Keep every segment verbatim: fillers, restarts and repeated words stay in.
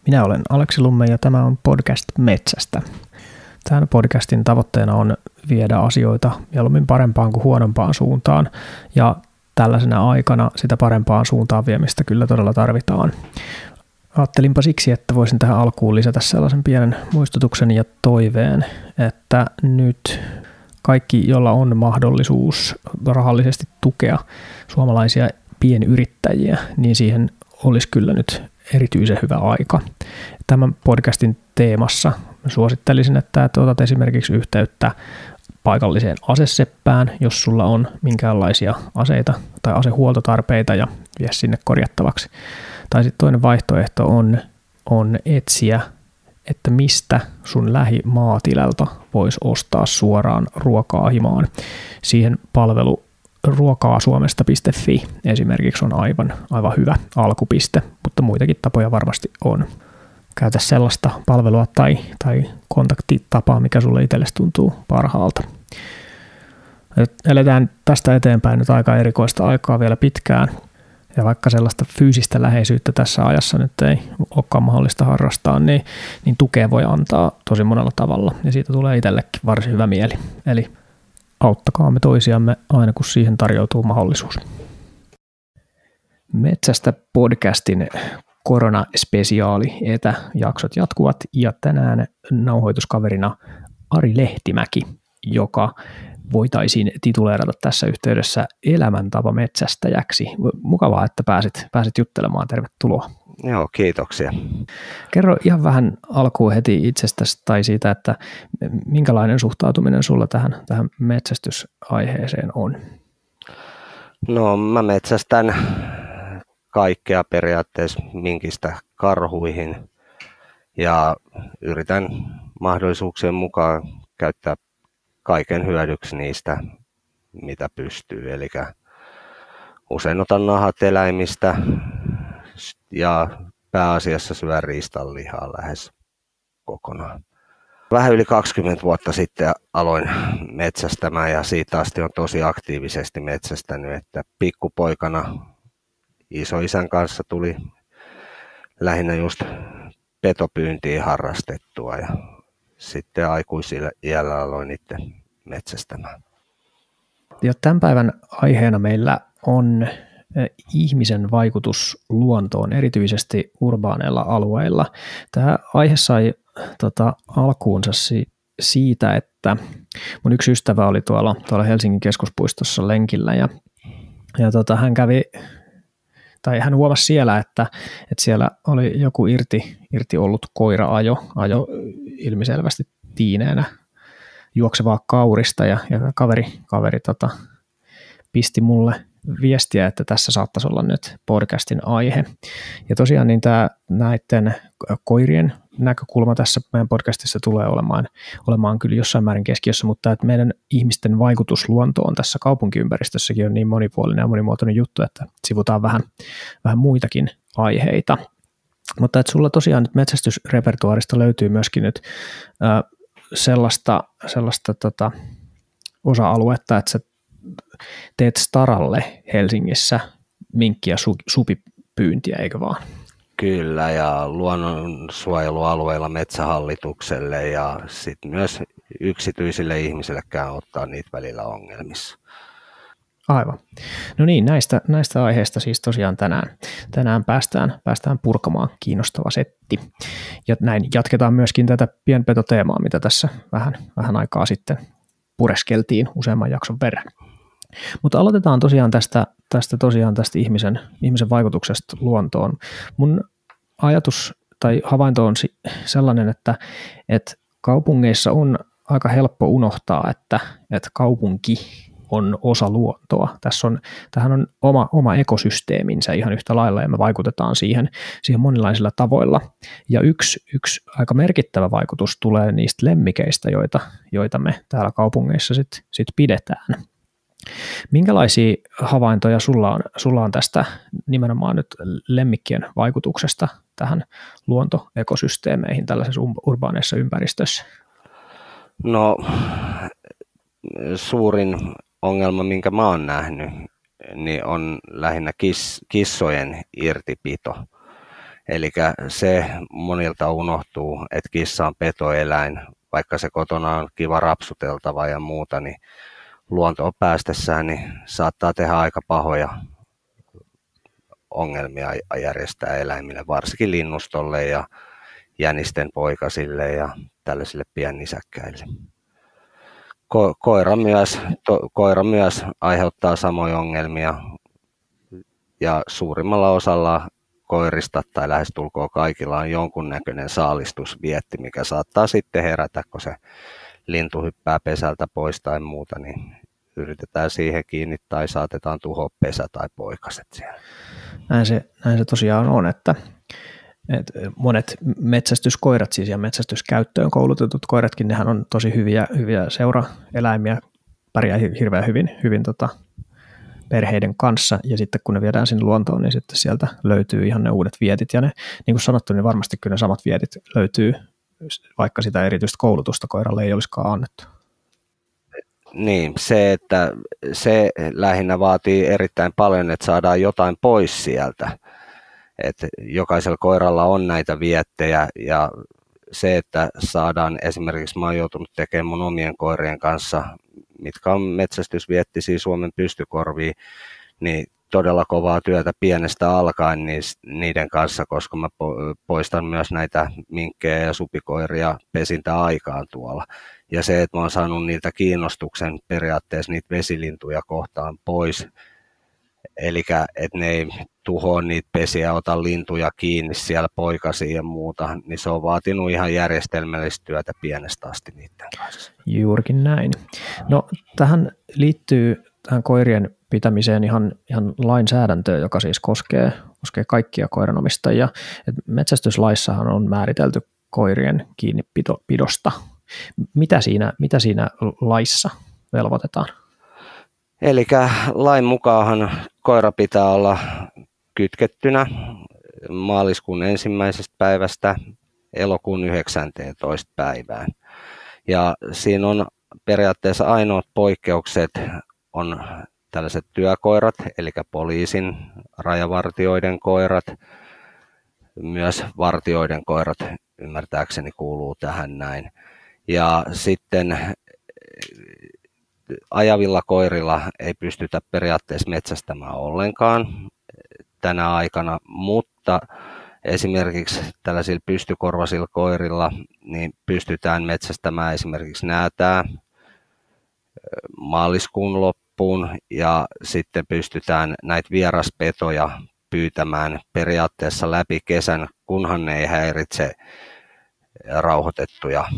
Minä olen Aleksi Lumme ja tämä on podcast Metsästä. Tämän podcastin tavoitteena on viedä asioita mieluummin parempaan kuin huonompaan suuntaan ja tällaisena aikana sitä parempaan suuntaan viemistä kyllä todella tarvitaan. Ajattelinpa siksi, että voisin tähän alkuun lisätä sellaisen pienen muistutuksen ja toiveen, että nyt kaikki, joilla on mahdollisuus rahallisesti tukea suomalaisia pienyrittäjiä, niin siihen olisi kyllä nyt erityisen hyvä aika. Tämän podcastin teemassa suosittelisin, että otat esimerkiksi yhteyttä paikalliseen aseseppään, jos sulla on minkäänlaisia aseita tai asehuoltotarpeita ja vie sinne korjattavaksi. Tai sitten toinen vaihtoehto on, on etsiä, että mistä sun lähimaatilalta voisi ostaa suoraan ruokaa himaan. Siihen palvelu ruokaasuomesta piste fi esimerkiksi on aivan, aivan hyvä alkupiste, mutta muitakin tapoja varmasti on. Käytä sellaista palvelua tai, tai kontaktitapaa, mikä sulle itsellesi tuntuu parhaalta. Eletään tästä eteenpäin nyt aika erikoista aikaa vielä pitkään, ja vaikka sellaista fyysistä läheisyyttä tässä ajassa nyt ei olekaan mahdollista harrastaa, niin, niin tukea voi antaa tosi monella tavalla, ja siitä tulee itsellekin varsin hyvä mieli. Eli auttakaamme toisiamme aina, kun siihen tarjoutuu mahdollisuus. Metsästä podcastin koronaspesiaali etäjaksot jatkuvat, ja tänään nauhoituskaverina Ari Lehtimäki, joka voitaisiin tituleerata tässä yhteydessä elämäntapa metsästäjäksi. Mukavaa, että pääsit, pääsit juttelemaan. Tervetuloa. Joo, kiitoksia. Kerro ihan vähän alkuun heti itsestäsi tai siitä, että minkälainen suhtautuminen sulla tähän, tähän metsästysaiheeseen on? No mä metsästän kaikkea periaatteessa minkistä karhuihin ja yritän mahdollisuuksien mukaan käyttää kaiken hyödyksi niistä, mitä pystyy. Eli usein otan nahat eläimistä ja pääasiassa syön riistanlihaa lähes kokonaan. Vähän yli kaksikymmentä vuotta sitten aloin metsästämään ja siitä asti on tosi aktiivisesti metsästänyt, että pikkupoikana isoisän kanssa tuli lähinnä just petopyyntiä harrastettua ja sitten aikuisilla iällä aloin itse metsästämään. Ja tämän päivän aiheena meillä on ihmisen vaikutus luontoon, erityisesti urbaaneilla alueilla. Tämä aihe sai tota, alkuunsa si- siitä, että mun yksi ystävä oli tuolla, tuolla Helsingin keskuspuistossa lenkillä ja, ja tota, hän kävi, tai hän huomasi siellä, että, että siellä oli joku irti, irti ollut koira ajo, ajo ilmiselvästi tiineenä juoksevaa kaurista ja, ja kaveri, kaveri tota, pisti mulle viestiä, että tässä saattaisi olla nyt podcastin aihe. Ja tosiaan niin tämä näiden koirien näkökulma tässä meidän podcastissa tulee olemaan, olemaan kyllä jossain määrin keskiössä, mutta että meidän ihmisten vaikutus luontoon tässä kaupunkiympäristössäkin on niin monipuolinen ja monimuotoinen juttu, että sivutaan vähän, vähän muitakin aiheita. Mutta että sulla tosiaan nyt metsästysrepertuaarista löytyy myöskin nyt äh, sellaista, sellaista tota, osa-aluetta, että sä teet Staralle Helsingissä minkki- ja su- supipyyntiä, eikö vaan? Kyllä, ja luonnonsuojelualueilla Metsähallitukselle ja sitten myös yksityisille ihmisillekään ottaa niitä välillä ongelmissa. Aivan. No niin, näistä, näistä aiheista siis tosiaan tänään, tänään päästään, päästään purkamaan kiinnostava setti. Ja näin jatketaan myöskin tätä pienpetoteemaa, mitä tässä vähän, vähän aikaa sitten pureskeltiin useamman jakson verran. Mutta aloitetaan tosiaan tästä, tästä, tosiaan tästä ihmisen, ihmisen vaikutuksesta luontoon. Mun ajatus tai havainto on sellainen, että, että kaupungeissa on aika helppo unohtaa, että, että kaupunki on osa luontoa. Tässä on, tähän on oma, oma ekosysteeminsä ihan yhtä lailla ja me vaikutetaan siihen, siihen monilaisilla tavoilla. Ja yksi, yksi aika merkittävä vaikutus tulee niistä lemmikeistä, joita, joita me täällä kaupungeissa sit, sit pidetään. Minkälaisia havaintoja sulla on, sulla on tästä nimenomaan nyt lemmikkien vaikutuksesta tähän luontoekosysteemeihin tällaisessa urbaaneissa ympäristössä? No suurin ongelma, minkä mä oon nähnyt, niin on lähinnä kiss, kissojen irtipito. Eli se monilta unohtuu, että kissa on petoeläin, vaikka se kotona on kiva rapsuteltava ja muuta, niin luontoon päästessään niin saattaa tehdä aika pahoja ongelmia järjestää eläimille, varsinkin linnustolle ja jänisten poikasille ja tällaisille piennisäkkäille. Ko- koira, myös, to, koira myös aiheuttaa samoja ongelmia ja suurimmalla osalla koirista tai lähestulkoon kaikilla on jonkunnäköinen saalistusvietti, mikä saattaa sitten herätä, kun se lintu hyppää pesältä pois tai muuta, niin yritetään siihen kiinni tai saatetaan tuhoa pesä tai poikaset siellä. Näin se, näin se tosiaan on, että, että monet metsästyskoirat siis ja metsästyskäyttöön koulutetut koiratkin, nehän on tosi hyviä, hyviä seuraeläimiä, pärjää hirveän hyvin, hyvin tota, perheiden kanssa, ja sitten kun ne viedään sinne luontoon, niin sitten sieltä löytyy ihan ne uudet vietit, ja ne, niin kuin sanottu, niin varmasti kyllä ne samat vietit löytyy, vaikka sitä erityistä koulutusta koiralle ei olisikaan annettu. Niin, se, että se lähinnä vaatii erittäin paljon, että saadaan jotain pois sieltä. Että jokaisella koiralla on näitä viettejä ja se, että saadaan esimerkiksi, mä oon joutunut tekemään mun omien koirien kanssa, mitkä on metsästysviettisiä Suomen pystykorviin, niin todella kovaa työtä pienestä alkaen niiden kanssa, koska mä poistan myös näitä minkkejä ja supikoiria pesintäaikaan tuolla. Ja se, että mä oon saanut niiltä kiinnostuksen periaatteessa niitä vesilintuja kohtaan pois, eli että ne ei tuhoa niitä pesiä, ota lintuja kiinni siellä poikasia ja muuta, niin se on vaatinut ihan järjestelmällistä työtä pienestä asti niiden kanssa. Juurikin näin. No tähän liittyy tähän koirien pitämiseen ihan, ihan lainsäädäntöä, joka siis koskee, koskee kaikkia koiranomistajia. Et metsästyslaissahan on määritelty koirien kiinnipidosta. Mitä siinä, mitä siinä laissa velvoitetaan? Eli lain mukaanhan koira pitää olla kytkettynä maaliskuun ensimmäisestä päivästä elokuun yhdeksänteentoista päivään. Ja siinä on periaatteessa ainoat poikkeukset on tällaiset työkoirat, eli poliisin, rajavartioiden koirat, myös vartioiden koirat ymmärtääkseni kuuluu tähän näin. Ja sitten ajavilla koirilla ei pystytä periaatteessa metsästämään ollenkaan tänä aikana, mutta esimerkiksi tällaisilla pystykorvaisilla koirilla niin pystytään metsästämään esimerkiksi näätää maaliskuun loppuun ja sitten pystytään näitä vieraspetoja pyytämään periaatteessa läpi kesän, kunhan ne ei häiritse rauhoitettuja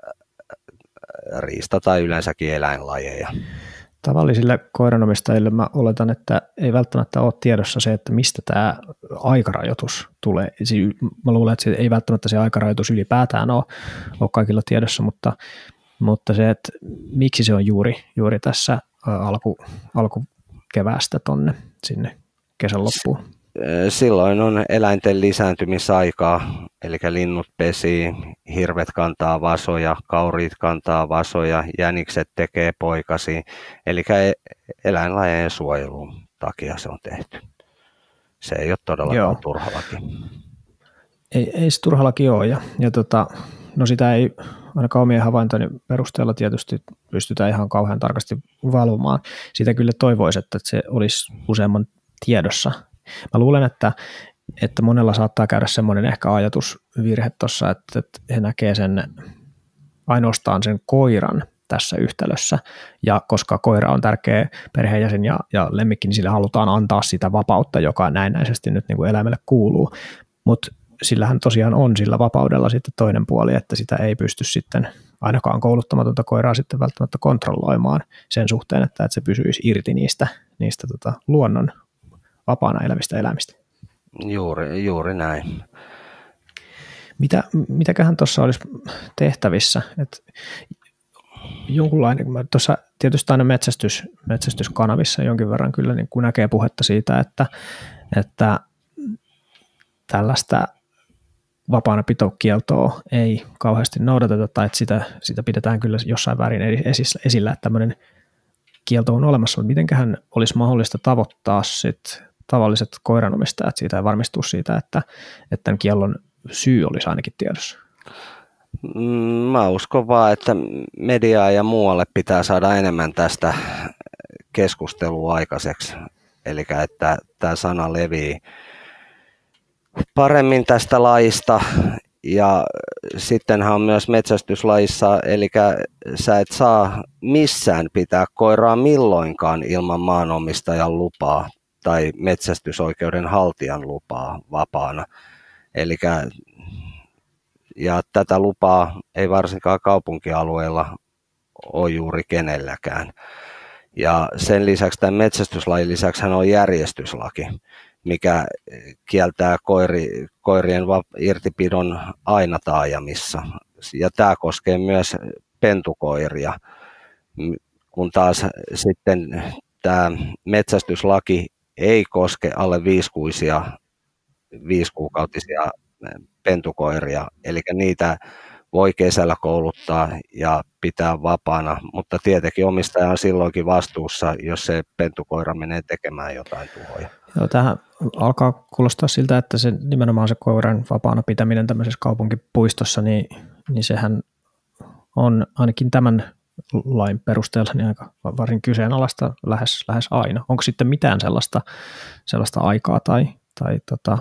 riista- tai yleensäkin eläinlajeja. Tavallisille koiranomistajille mä oletan, että ei välttämättä ole tiedossa se, että mistä tämä aikarajoitus tulee. Mä luulen, että se ei välttämättä se aikarajoitus ylipäätään ole, ole kaikilla tiedossa, mutta, mutta se, että miksi se on juuri, juuri tässä alku, alkukeväästä tonne sinne kesän loppuun. Silloin on eläinten lisääntymisaikaa, eli linnut pesii, hirvet kantaa vasoja, kauriit kantaa vasoja, jänikset tekee poikasia, eli eläinlajien suojelun takia se on tehty. Se ei ole todellakaan turha laki. Ei, ei se turha laki ole, ja, ja tota, no sitä ei ainakaan omien havaintojen perusteella tietysti pystytään ihan kauhean tarkasti valvomaan. Sitä kyllä toivoisi, että se olisi useamman tiedossa. Mä luulen, että, että monella saattaa käydä semmoinen ehkä ajatusvirhe tuossa, että, että he näkee sen ainoastaan sen koiran tässä yhtälössä, ja koska koira on tärkeä perheenjäsen ja, ja lemmikki, niin sille halutaan antaa sitä vapautta, joka näennäisesti nyt niin kuin eläimelle kuuluu, mutta sillähän tosiaan on sillä vapaudella sitten toinen puoli, että sitä ei pysty sitten ainakaan kouluttamatonta koiraa sitten välttämättä kontrolloimaan sen suhteen, että, että se pysyisi irti niistä, niistä tota, luonnon vapaana elävistä eläimistä. Juuri, juuri näin. Mitä, mitäköhän tuossa olisi tehtävissä? Et jonkunlainen, tuossa tietysti aina metsästys, metsästyskanavissa jonkin verran kyllä niin kun näkee puhetta siitä, että, että tällaista vapaana pitokieltoa ei kauheasti noudateta, tai että sitä, sitä pidetään kyllä jossain väärin esillä, että tämmöinen kielto on olemassa, mutta mitenköhän olisi mahdollista tavoittaa sit tavalliset koiranomistajat siitä ja varmistua siitä, että, että tämän kiellon syy olisi ainakin tiedossa? Mä uskon vaan, että mediaa ja muualle pitää saada enemmän tästä keskustelua aikaiseksi. Eli että tämä sana levii paremmin tästä lajista. Ja sittenhän on myös metsästyslajissa, eli sä et saa missään pitää koiraa milloinkaan ilman maanomistajan lupaa tai metsästysoikeuden haltijan lupaa vapaana. Elikkä, ja tätä lupaa ei varsinkaan kaupunkialueella ole juuri kenelläkään. Ja sen lisäksi, tämän metsästyslajin lisäksi hän on järjestyslaki, mikä kieltää koiri, koirien irtipidon aina taajamissa. Ja tämä koskee myös pentukoiria, kun taas sitten tämä metsästyslaki ei koske alle viisikuisia, viisikuukautisia pentukoiria, eli niitä voi kesällä kouluttaa ja pitää vapaana, mutta tietenkin omistaja on silloinkin vastuussa, jos se pentukoira menee tekemään jotain tuhoja. Joo, tämähän alkaa kuulostaa siltä, että se nimenomaan se koiran vapaana pitäminen tämmöisessä kaupunkipuistossa, niin, niin sehän on ainakin tämän lain perusteella niin aika varsin kyseenalaista lähes, lähes aina. Onko sitten mitään sellaista, sellaista aikaa tai, tai tota,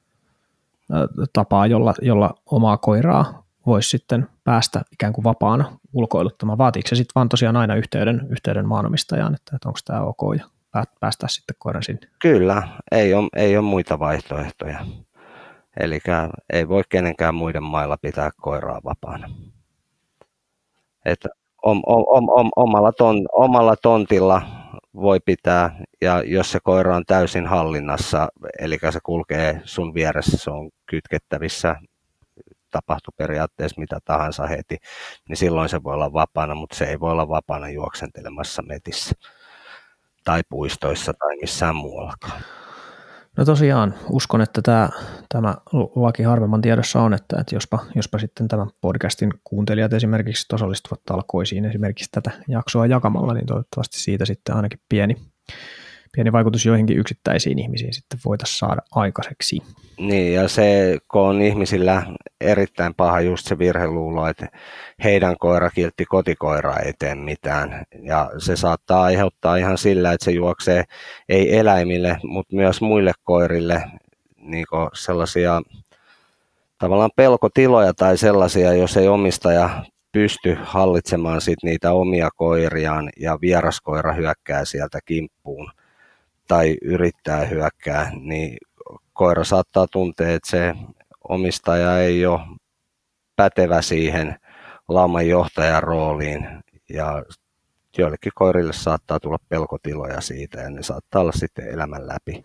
tapaa, jolla, jolla omaa koiraa voisi sitten päästä ikään kuin vapaana ulkoiluttamaan? Vaatiiko se sitten vaan tosiaan aina yhteyden, yhteyden maanomistajaan, että, että onko tämä ok ja päästää sitten koiran sinne? Kyllä, ei ole, ei ole muita vaihtoehtoja. Eli ei voi kenenkään muiden mailla pitää koiraa vapaana. Että om, om, om, omalla, ton, omalla tontilla voi pitää, ja jos se koira on täysin hallinnassa, eli se kulkee sun vieressä, se on kytkettävissä, tapahtuu periaatteessa mitä tahansa heti, niin silloin se voi olla vapaana, mutta se ei voi olla vapaana juoksentelemassa metissä tai puistoissa tai missään muuallakaan. No tosiaan, uskon, että tämä, tämä laki harvemman tiedossa on, että, että jospa, jospa sitten tämän podcastin kuuntelijat esimerkiksi osallistuvat talkoisiin esimerkiksi tätä jaksoa jakamalla, niin toivottavasti siitä sitten ainakin pieni, pieni vaikutus joihinkin yksittäisiin ihmisiin sitten voitaisiin saada aikaiseksi. Niin, ja se, kun on ihmisillä erittäin paha just se virheluulo, että heidän koira kiltti kotikoira ei tee mitään. Ja se saattaa aiheuttaa ihan sillä, että se juoksee ei eläimille, mutta myös muille koirille niin sellaisia tavallaan pelkotiloja tai sellaisia, jos ei omistaja pysty hallitsemaan sit niitä omia koiriaan ja vieraskoira hyökkää sieltä kimppuun tai yrittää hyökkää, niin koira saattaa tuntea, että se omistaja ei ole pätevä siihen lauman johtajan rooliin, ja joillekin koirille saattaa tulla pelkotiloja siitä, ja ne saattaa olla sitten elämän läpi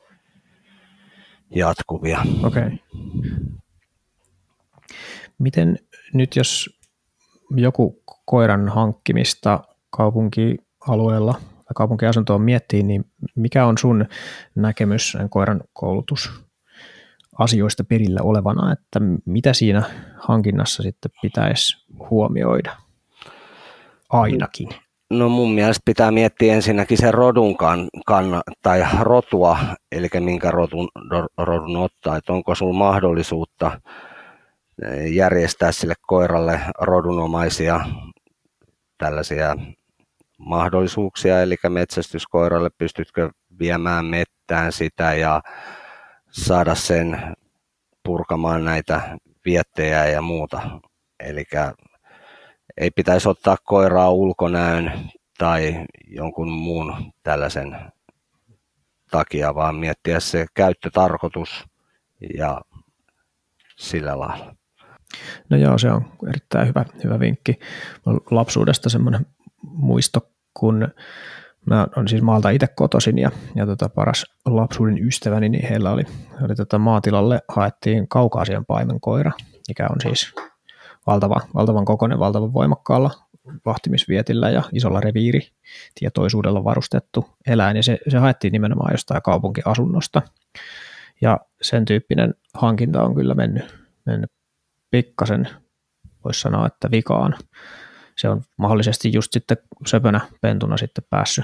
jatkuvia. Okei. Okay. Miten nyt, jos joku koiran hankkimista kaupunkialueella tai kaupunkiasuntoon miettii, niin mikä on sun näkemys koiran koulutusasioista perillä olevana, että mitä siinä hankinnassa sitten pitäisi huomioida ainakin? No mun mielestä pitää miettiä ensinnäkin sen rodun kan, kan, tai rotua, eli minkä rodun, rodun ottaa, että onko sulla mahdollisuutta järjestää sille koiralle rodunomaisia tällaisia mahdollisuuksia, eli metsästyskoiralle pystytkö viemään mettään sitä ja saada sen purkamaan näitä viettejä ja muuta. Eli ei pitäisi ottaa koiraa ulkonäön tai jonkun muun tällaisen takia, vaan miettiä se käyttötarkoitus ja sillä lailla. No joo, se on erittäin hyvä, hyvä vinkki. Lapsuudesta semmoinen muisto, kun mä olen siis maalta itse kotoisin ja, ja tota paras lapsuuden ystäväni, niin heillä oli, oli tota maatilalle haettiin Kaukaasian paimenkoira, mikä on siis valtava, valtavan kokoinen, valtavan voimakkaalla vahtimisvietillä ja isolla reviiritietoisuudella varustettu eläin, ja se, se haettiin nimenomaan jostain kaupunkiasunnosta, ja sen tyyppinen hankinta on kyllä mennyt, mennyt pikkasen, voisi sanoa, että vikaan. Se on mahdollisesti just sitten söpönä pentuna sitten päässyt,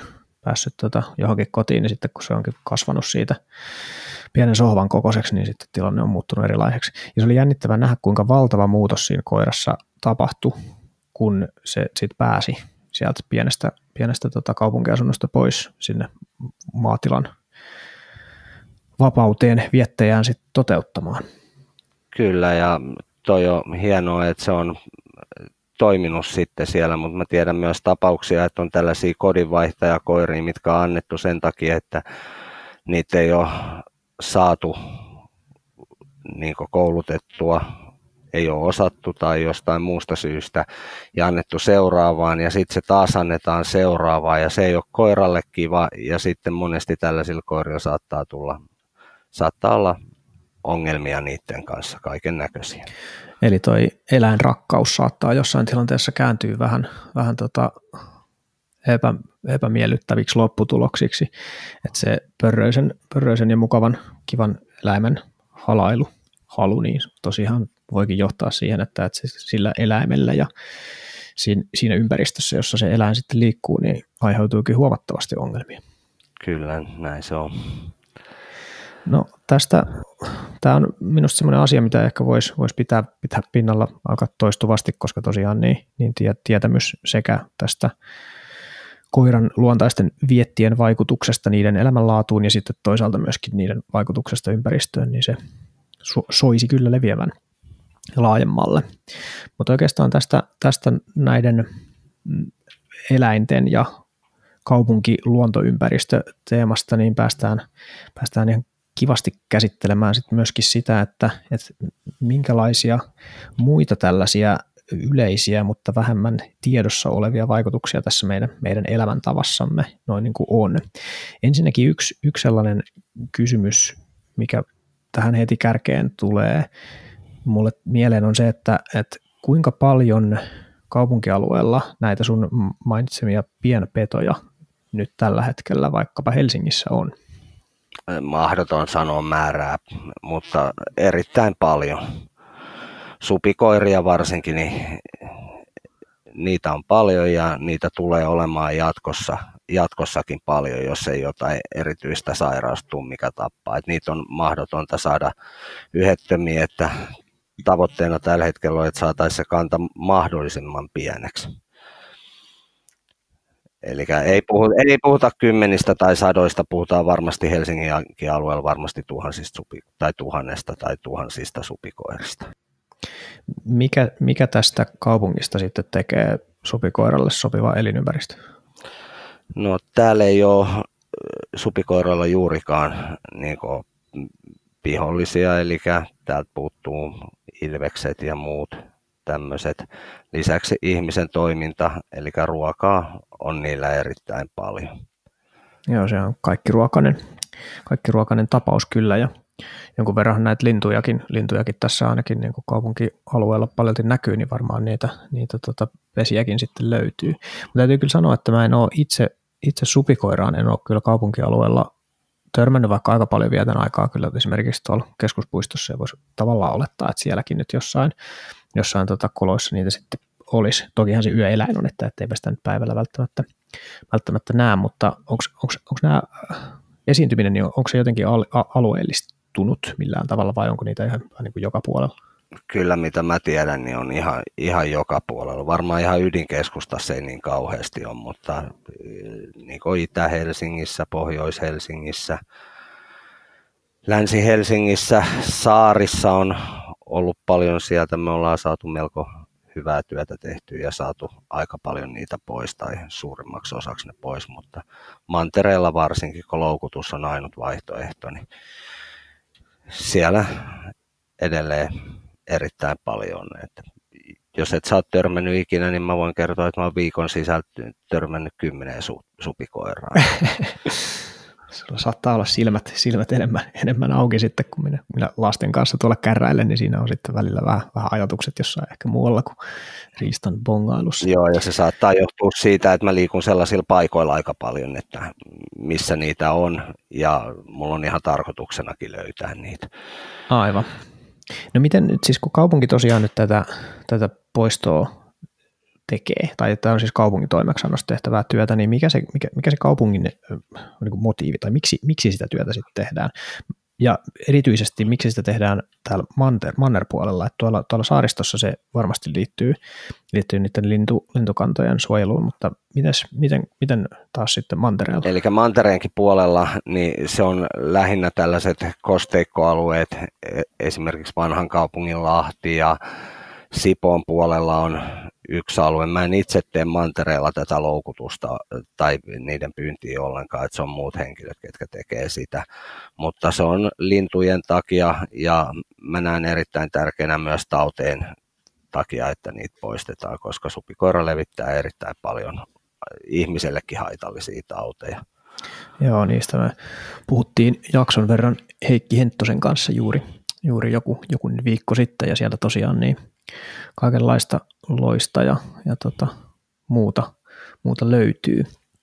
päässyt tota johonkin kotiin, niin sitten kun se onkin kasvanut siitä pienen sohvan kokoiseksi, niin sitten tilanne on muuttunut erilaiseksi. Ja se oli jännittävää nähdä, kuinka valtava muutos siinä koirassa tapahtui, kun se sitten pääsi sieltä pienestä, pienestä tota kaupunkiasunnosta pois sinne maatilan vapauteen viettejään sitten toteuttamaan. Kyllä, ja toi on hienoa, että se on toiminut sitten siellä, mutta mä tiedän myös tapauksia, että on tällaisia kodinvaihtajakoiria, mitkä on annettu sen takia, että niitä ei ole saatu niin kuin koulutettua, ei ole osattu tai jostain muusta syystä ja annettu seuraavaan ja sitten se taas annetaan seuraavaan ja se ei ole koiralle kiva ja sitten monesti tällaisilla koirilla saattaa tulla, saattaa olla ongelmia niiden kanssa, kaiken näköisiä. Eli toi eläinrakkaus saattaa jossain tilanteessa kääntyä vähän, vähän tota epä, epämiellyttäviksi lopputuloksiksi, että se pörröisen, pörröisen ja mukavan kivan eläimen halailu, halu, niin tosiaan voikin johtaa siihen, että, että sillä eläimellä ja siinä, siinä ympäristössä, jossa se eläin sitten liikkuu, niin aiheutuukin huomattavasti ongelmia. Kyllä, näin se on. No tästä, tämä on minusta semmoinen asia, mitä ehkä voisi vois pitää, pitää pinnalla aika toistuvasti, koska tosiaan niin, niin tietämys sekä tästä koiran luontaisten viettien vaikutuksesta niiden elämänlaatuun ja sitten toisaalta myöskin niiden vaikutuksesta ympäristöön, niin se soisi kyllä leviävän laajemmalle. Mutta oikeastaan tästä, tästä näiden eläinten ja kaupunki-luontoympäristöteemasta niin päästään, päästään ihan kivasti käsittelemään sit myöskin sitä, että, että minkälaisia muita tällaisia yleisiä, mutta vähemmän tiedossa olevia vaikutuksia tässä meidän, meidän elämäntavassamme noin niin kuin on. Ensinnäkin yksi, yksi sellainen kysymys, mikä tähän heti kärkeen tulee mulle mieleen on se, että, että kuinka paljon kaupunkialueella näitä sun mainitsemia pienpetoja nyt tällä hetkellä vaikkapa Helsingissä on? Mahdoton sanoa määrää, mutta erittäin paljon. Supikoiria varsinkin, niin niitä on paljon ja niitä tulee olemaan jatkossa, jatkossakin paljon, jos ei jotain erityistä sairautta tule, mikä tappaa. Et niitä on mahdotonta saada yhdettömiä, että tavoitteena tällä hetkellä on, että saataisiin se kanta mahdollisimman pieneksi. Eli ei puhuta, ei puhuta kymmenistä tai sadoista, puhutaan varmasti Helsingin alueella varmasti tuhansista supi, tai tuhannesta tai tuhansista supikoirista. Mikä, mikä tästä kaupungista sitten tekee supikoiralle sopiva elinympäristö? No täällä ei ole supikoiralla juurikaan niin kuin vihollisia, eli täältä puuttuu ilvekset ja muut tämmöiset. Lisäksi ihmisen toiminta, eli ruokaa on niillä erittäin paljon. Joo, se on kaikkiruokainen, kaikkiruokainen tapaus kyllä, ja jonkun verran näitä lintujakin, lintujakin tässä ainakin niin kuin kaupunkialueella paljolti näkyy, niin varmaan niitä, niitä tota pesiäkin sitten löytyy. Mutta täytyy kyllä sanoa, että mä en ole itse, itse supikoiraan, en ole kyllä kaupunkialueella törmännyt, vaikka aika paljon vietän aikaa kyllä esimerkiksi tuolla keskuspuistossa, ja voisi tavallaan olettaa, että sielläkin nyt jossain, jossain tota koloissa niitä sitten olisi. Tokihan se yöeläin on, että eipä sitä nyt päivällä välttämättä, välttämättä näe, mutta onko nämä esiintyminen, niin onko se jotenkin alueellistunut millään tavalla vai onko niitä ihan niin kuin joka puolella? Kyllä mitä mä tiedän, niin on ihan, ihan joka puolella. Varmaan ihan ydinkeskustassa ei niin kauheasti ole, mutta niin kuin Itä-Helsingissä, Pohjois-Helsingissä, Länsi-Helsingissä, Saarissa on ollut paljon sieltä. Me ollaan saatu melko hyvää työtä tehtyä ja saatu aika paljon niitä pois tai suurimmaksi osaksi ne pois, mutta mantereella varsinkin, kun loukutus on ainut vaihtoehto, niin siellä edelleen erittäin paljon. Että jos et sä oot törmännyt ikinä, niin mä voin kertoa, että mä oon viikon sisällä törmännyt kymmeneen su- supikoiraa. Sulla saattaa olla silmät, silmät enemmän, enemmän auki sitten, kun minä, minä lasten kanssa tuolla kärräilen, niin siinä on sitten välillä vähän, vähän ajatukset jossain ehkä muualla kuin riistan bongailussa. Joo, ja se saattaa johtua siitä, että mä liikun sellaisilla paikoilla aika paljon, että missä niitä on, ja mulla on ihan tarkoituksenakin löytää niitä. Aivan. No miten nyt siis, kun kaupunki tosiaan nyt tätä, tätä poistoa tekee, tai että on siis kaupungin toimeksiannosta tehtävää työtä, niin mikä se, mikä, mikä se kaupungin niin kuin motiivi, tai miksi, miksi sitä työtä sitten tehdään? Ja erityisesti miksi sitä tehdään täällä manter, mannerpuolella, että tuolla, tuolla saaristossa se varmasti liittyy, liittyy niiden lintu, lintukantojen suojeluun, mutta mites, miten, miten taas sitten mantereella? Eli mantereenkin puolella niin se on lähinnä tällaiset kosteikkoalueet, esimerkiksi vanhan kaupungin Lahti ja Sipoon puolella on yksi alue. Mä en itse tee mantereella tätä loukutusta tai niiden pyyntiä ollenkaan, että se on muut henkilöt, ketkä tekee sitä. Mutta se on lintujen takia ja mä näen erittäin tärkeänä myös tauteen takia, että niitä poistetaan, koska supikoira levittää erittäin paljon ihmisellekin haitallisia tauteja. Joo, niistä me puhuttiin jakson verran Heikki Henttosen kanssa juuri, juuri joku, joku viikko sitten ja sieltä tosiaan niin kaikenlaista loista ja, ja tota, muuta, muuta löytyy.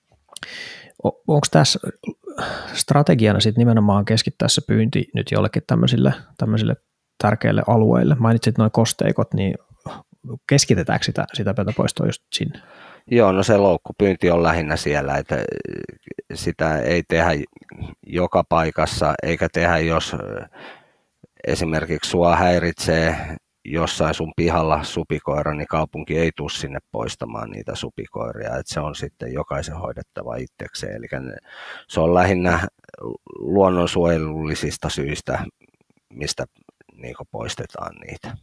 Onko tässä strategiana sit nimenomaan keskittää se pyynti nyt jollekin tämmöisille, tämmöisille tärkeille alueille? Mainitsit nuo kosteikot, niin keskitetäänkö sitä, sitä petopoistoa just sinne? Joo, no se loukkupyynti on lähinnä siellä, että sitä ei tehdä joka paikassa, eikä tehdä, jos esimerkiksi sua häiritsee jossain sun pihalla supikoira, niin kaupunki ei tule sinne poistamaan niitä supikoiria, että se on sitten jokaisen hoidettava itsekseen. Eli se on lähinnä luonnonsuojelullisista syistä, mistä niin poistetaan niitä.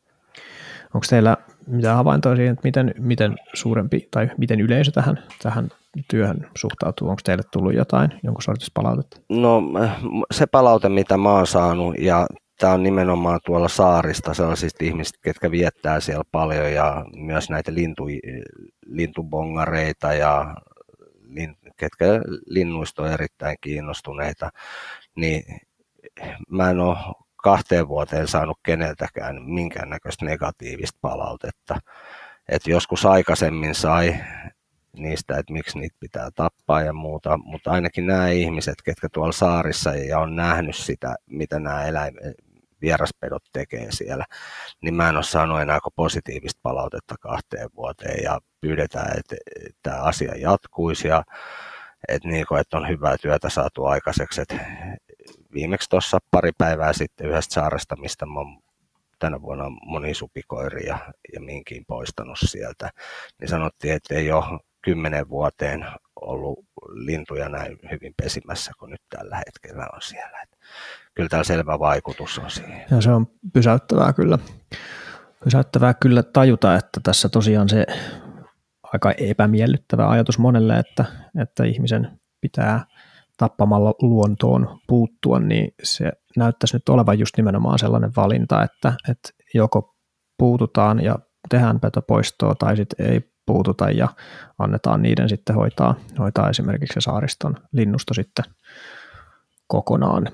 Onko teillä mitään havaintoa siihen, että miten, miten suurempi tai miten yleisö tähän, tähän työhön suhtautuu? Onko teille tullut jotain, jonkun sortista palautetta? No se palaute, mitä mä oon saanut, ja tämä on nimenomaan tuolla saarista sellaisista ihmisistä, ketkä viettää siellä paljon ja myös näitä lintu, lintubongareita ja lin, ketkä linnuista on erittäin kiinnostuneita, niin mä en ole kahteen vuoteen saanut keneltäkään minkäännäköistä negatiivista palautetta. Et joskus aikaisemmin sai niistä, että miksi niitä pitää tappaa ja muuta, mutta ainakin nämä ihmiset, ketkä tuolla saarissa ja on nähnyt sitä, mitä nämä eläimet, vieraspedot tekee siellä, niin mä en ole saanut enää positiivista palautetta kahteen vuoteen ja pyydetään, että tämä asia jatkuisi ja että, niin kuin, että on hyvää työtä saatu aikaiseksi. Että viimeksi tuossa pari päivää sitten yhdestä saaresta, mistä mä oon tänä vuonna moni supikoiria ja, ja minkin poistanut sieltä, niin sanottiin, että ei ole kymmenen vuoteen ollut lintuja näin hyvin pesimässä kuin nyt tällä hetkellä on siellä. Että kyllä täällä selvä vaikutus on siihen. Ja se on pysäyttävää kyllä. Pysäyttävää kyllä tajuta, että tässä tosiaan se aika epämiellyttävä ajatus monelle, että, että ihmisen pitää tappamalla luontoon puuttua, niin se näyttäisi nyt olevan just nimenomaan sellainen valinta, että, että joko puututaan ja tehdään petopoistoa tai sitten ei puututa ja annetaan niiden sitten hoitaa, hoitaa esimerkiksi se saariston linnusto sitten kokonaan.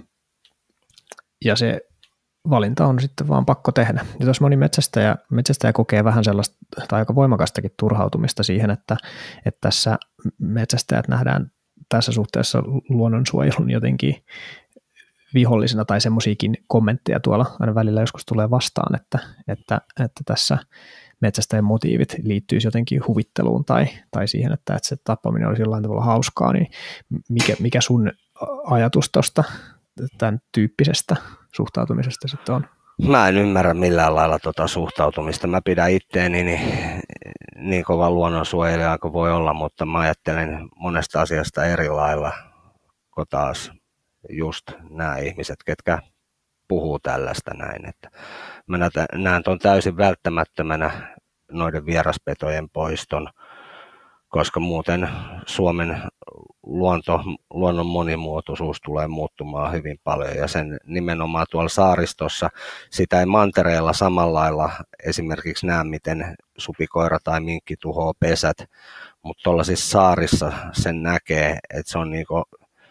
Ja se valinta on sitten vaan pakko tehdä. Ja tuossa moni metsästäjä, metsästäjä kokee vähän sellaista tai aika voimakastakin turhautumista siihen, että, että tässä metsästäjät nähdään tässä suhteessa luonnonsuojelun jotenkin vihollisena tai semmoisiakin kommentteja tuolla aina välillä joskus tulee vastaan, että, että, että tässä metsästäjän motiivit liittyisi jotenkin huvitteluun tai, tai siihen, että, että se tappaminen olisi jollain tavalla hauskaa, niin mikä, mikä sun ajatus tuosta tämän tyyppisestä suhtautumisesta sitten on? Mä en ymmärrä millään lailla tuota suhtautumista. Mä pidän itteeni niin, niin kova luonnonsuojelija kuin voi olla, mutta mä ajattelen monesta asiasta eri lailla kuin taas just nämä ihmiset, ketkä puhuu tällaista näin. Että mä näen tuon täysin välttämättömänä noiden vieraspetojen poiston, koska muuten Suomen luonto, luonnon monimuotoisuus tulee muuttumaan hyvin paljon ja sen nimenomaan tuolla saaristossa sitä ei mantereella samalla lailla esimerkiksi näe, miten supikoira tai minkki tuhoaa pesät, mutta tuollaisissa saarissa sen näkee, että se on niinku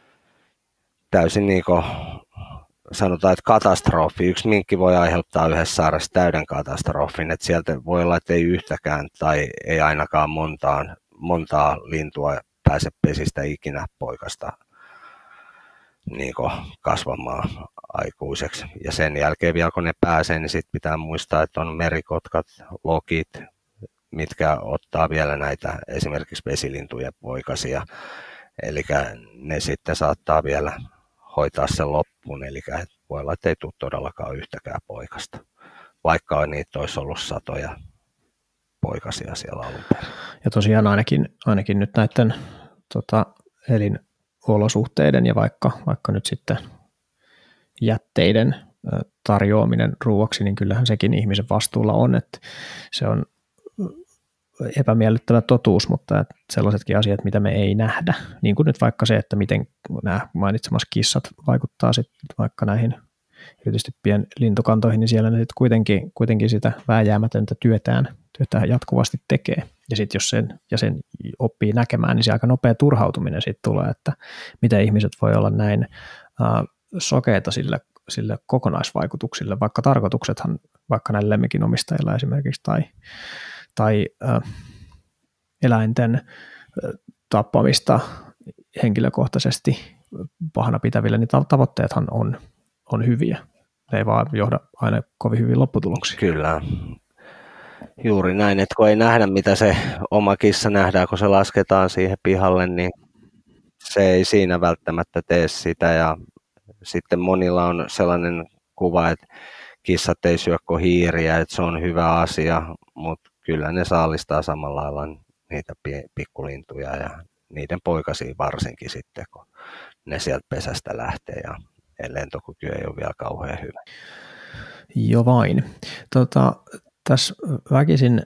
täysin niinku sanotaan, että katastrofi. Yksi minkki voi aiheuttaa yhdessä saaressa täyden katastrofin, että sieltä voi olla, että ei yhtäkään tai ei ainakaan montaan, montaa lintua pääse pesistä ikinä poikasta niin kasvamaan aikuiseksi. Ja sen jälkeen vielä kun ne pääsee, niin sitten pitää muistaa, että on merikotkat, lokit, mitkä ottaa vielä näitä esimerkiksi vesilintujen poikasia. Eli ne sitten saattaa vielä hoitaa sen loppuun, eli voi olla, että ei tule todellakaan yhtäkään poikasta, vaikka niitä olisi ollut satoja poikasia siellä alun perin. Ja tosiaan ainakin, ainakin nyt näiden tota, elinolosuhteiden ja vaikka, vaikka nyt sitten jätteiden tarjoaminen ruuaksi, niin kyllähän sekin ihmisen vastuulla on, että se on epämiellyttävä totuus, mutta sellaisetkin asiat, mitä me ei nähdä, niin kuin nyt vaikka se, että miten nämä mainitsemassa kissat vaikuttaa sitten vaikka näihin erityisesti pienlintukantoihin, niin siellä ne sitten kuitenkin, kuitenkin sitä vääjäämätöntä työtään, työtään jatkuvasti tekee. Ja sitten jos sen, ja sen oppii näkemään, niin se aika nopea turhautuminen siitä tulee, että miten ihmiset voi olla näin äh, sokeita sille, sille kokonaisvaikutuksille, vaikka tarkoituksethan vaikka näillä lemmikinomistajilla esimerkiksi tai, tai äh, eläinten äh, tappamista henkilökohtaisesti pahana pitäville, niin tavoitteethan on, on hyviä. Ne ei vaan johda aina kovin hyviin lopputuloksiin. Kyllä. Juuri näin, että kun ei nähdä, mitä se oma kissa nähdään, kun se lasketaan siihen pihalle, niin se ei siinä välttämättä tee sitä. Ja sitten monilla on sellainen kuva, että kissat ei syö kuin hiiriä, että se on hyvä asia, mutta kyllä ne saalistaa samalla lailla niitä pikkulintuja ja niiden poikasia varsinkin sitten, kun ne sieltä pesästä lähtee ja lentokyky ei ole vielä kauhean hyvä. Jo vain. Tota, tässä väkisin,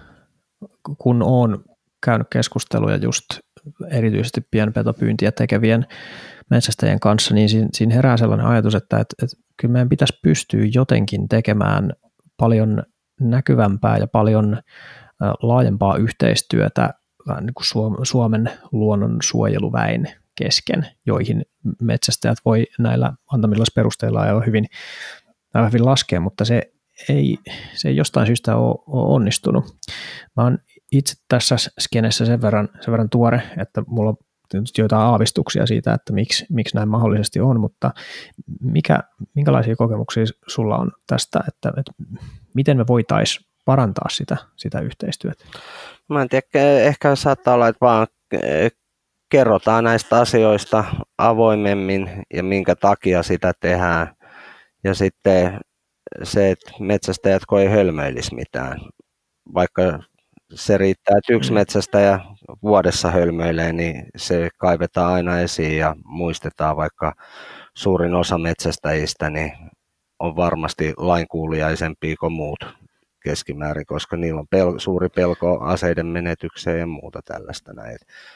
kun olen käynyt keskusteluja just erityisesti pienpetopyyntiä tekevien metsästäjien kanssa, niin siinä, siinä herää sellainen ajatus, että, että, että kyllä meidän pitäisi pystyä jotenkin tekemään paljon näkyvämpää ja paljon laajempaa yhteistyötä niin kuin Suomen luonnonsuojeluväen kesken, joihin metsästäjät voi näillä antamilla perusteilla jo hyvin, hyvin laskea, mutta se ei, se ei jostain syystä ole, ole onnistunut. Mä oon itse tässä skenessä sen verran, sen verran tuore, että mulla on joitain aavistuksia siitä, että miksi, miksi näin mahdollisesti on, mutta mikä, minkälaisia kokemuksia sulla on tästä, että, että miten me voitaisiin parantaa sitä, sitä yhteistyötä? Mä en tiedä, ehkä saattaa olla, että vaan kerrotaan näistä asioista avoimemmin ja minkä takia sitä tehdään. Ja sitten se, että metsästäjät kun ei hölmöilisi mitään. Vaikka se riittää, että yksi metsästäjä vuodessa hölmöilee, niin se kaivetaan aina esiin ja muistetaan, vaikka suurin osa metsästäjistä niin on varmasti lainkuuliaisempia kuin muut keskimäärin, koska niillä on pel- suuri pelko aseiden menetykseen ja muuta tällaista näin.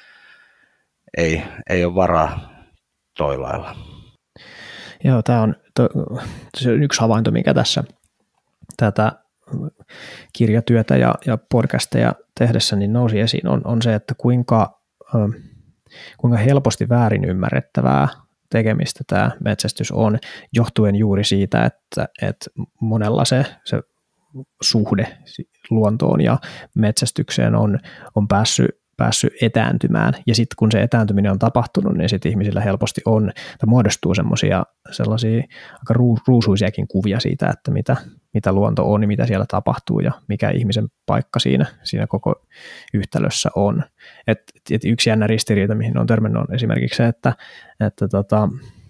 Ei, ei ole varaa toilailla. Joo, tämä on, to, se on yksi havainto, mikä tässä tätä kirjatyötä ja, ja podcasteja tehdessä niin nousi esiin, on, on se, että kuinka, kuinka helposti väärin ymmärrettävää tekemistä tämä metsästys on, johtuen juuri siitä, että, että monella se, se suhde luontoon ja metsästykseen on, on päässyt, päässyt etääntymään. Ja sitten kun se etääntyminen on tapahtunut, niin sitten ihmisillä helposti on, tai muodostuu semmoisia sellaisia aika ruusuisiakin kuvia siitä, että mitä, mitä luonto on ja mitä siellä tapahtuu ja mikä ihmisen paikka siinä, siinä koko yhtälössä on. Et, et yksi jännä ristiriita, mihin on törmännyt, on esimerkiksi se, että, että tota,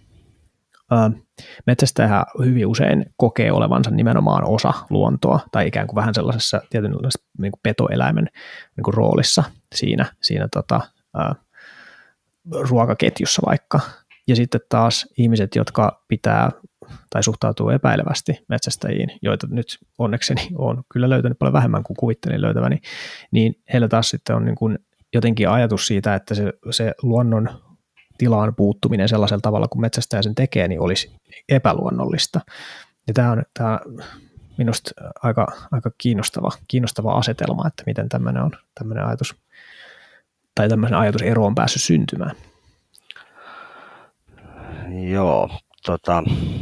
metsästäjä hyvin usein kokee olevansa nimenomaan osa luontoa tai ikään kuin vähän sellaisessa tietynlaisessa niin kuin petoeläimen niin kuin roolissa siinä, siinä tota, ää, ruokaketjussa vaikka. Ja sitten taas ihmiset, jotka pitää tai suhtautuu epäilevästi metsästäjiin, joita nyt onnekseni on kyllä löytänyt paljon vähemmän kuin kuvittelin löytäväni, niin heillä taas sitten on niin kuin jotenkin ajatus siitä, että se, se luonnon tilaan puuttuminen sellaisella tavalla, kun metsästäjä sen tekee, niin olisi epäluonnollista. Ja tämä on, tämä on minusta aika, aika kiinnostava, kiinnostava asetelma, että miten tämmöinen on tämmöinen ajatus, tai tämmöinen ajatusero on päässyt syntymään. Joo, tota,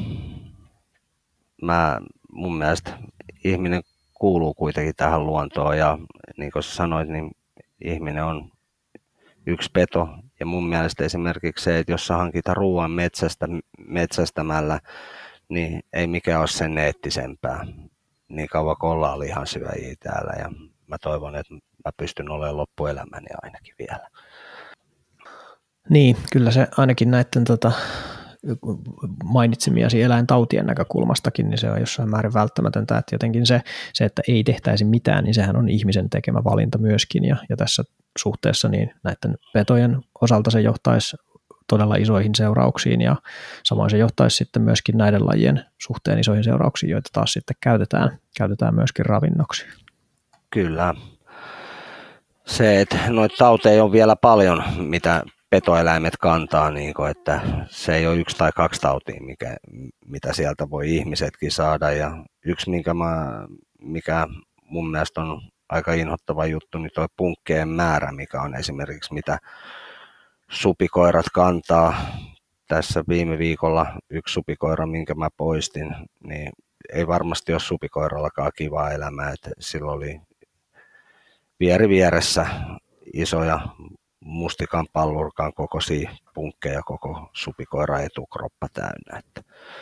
mä, mun mielestä ihminen kuuluu kuitenkin tähän luontoon, ja niin kuin sanoit, niin ihminen on yksi peto. Ja mun mielestä esimerkiksi se, että jos sä hankita ruoan metsästä, metsästämällä, niin ei mikään ole sen eettisempää. Niin kauan kuin ollaan lihansyöjiä täällä. Ja mä toivon, että mä pystyn olemaan loppuelämäni ainakin vielä. Niin, kyllä se ainakin näiden tota, mainitsemiasi eläintautien näkökulmastakin, niin se on jossain määrin välttämätöntä, että jotenkin se, se, että ei tehtäisi mitään, niin sehän on ihmisen tekemä valinta myöskin, ja, ja tässä suhteessa niin näiden petojen osalta se johtaisi todella isoihin seurauksiin, ja samoin se johtaisi sitten myöskin näiden lajien suhteen isoihin seurauksiin, joita taas sitten käytetään, käytetään myöskin ravinnoksi. Kyllä. Se, että noita tauteja on vielä paljon, mitä petoeläimet kantaa, niin kuin, että se ei ole yksi tai kaksi tautia, mikä, mitä sieltä voi ihmisetkin saada. Ja yksi, mikä, mä, mikä mun mielestä on aika inhottava juttu, niin tuo punkkeen määrä, mikä on esimerkiksi mitä supikoirat kantaa. Tässä viime viikolla yksi supikoira, minkä mä poistin, niin ei varmasti ole supikoirallakaan kivaa elämää, että sillä oli vieri vieressä isoja mustikan pallurkan kokoisia punkkeja koko supikoira etukroppa täynnä. Että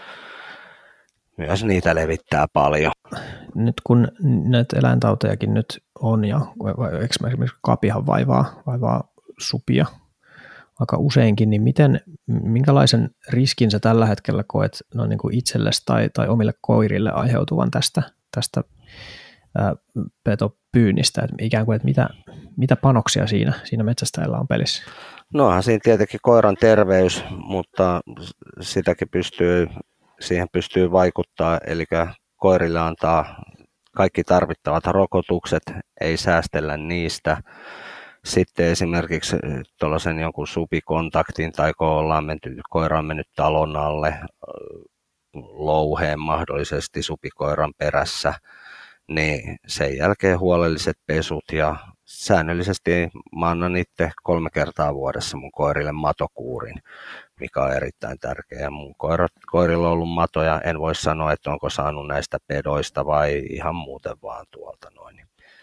myös niitä levittää paljon. Nyt kun näitä eläintautejakin nyt on, ja esimerkiksi kapihan vaivaa, vaivaa supia aika useinkin, niin miten, minkälaisen riskin sä tällä hetkellä koet no niin kuin itsellesi tai, tai omille koirille aiheutuvan tästä, tästä ää, petopyynnistä, että ikään kuin, että mitä, mitä panoksia siinä, siinä metsästäjällä on pelissä? Nohan siinä tietenkin koiran terveys, mutta sitäkin pystyy, siihen pystyy vaikuttaa, eli koirille antaa kaikki tarvittavat rokotukset, ei säästellä niistä. Sitten esimerkiksi tuollaisen jonkun supikontaktin tai kun ollaan menty, koira on mennyt talon alle louheen mahdollisesti supikoiran perässä, niin sen jälkeen huolelliset pesut ja säännöllisesti mä annan itse kolme kertaa vuodessa mun koirille matokuurin, mikä on erittäin tärkeä. Mun koirat, koirilla on ollut matoja, en voi sanoa, että onko saanut näistä pedoista vai ihan muuten vaan tuolta noin.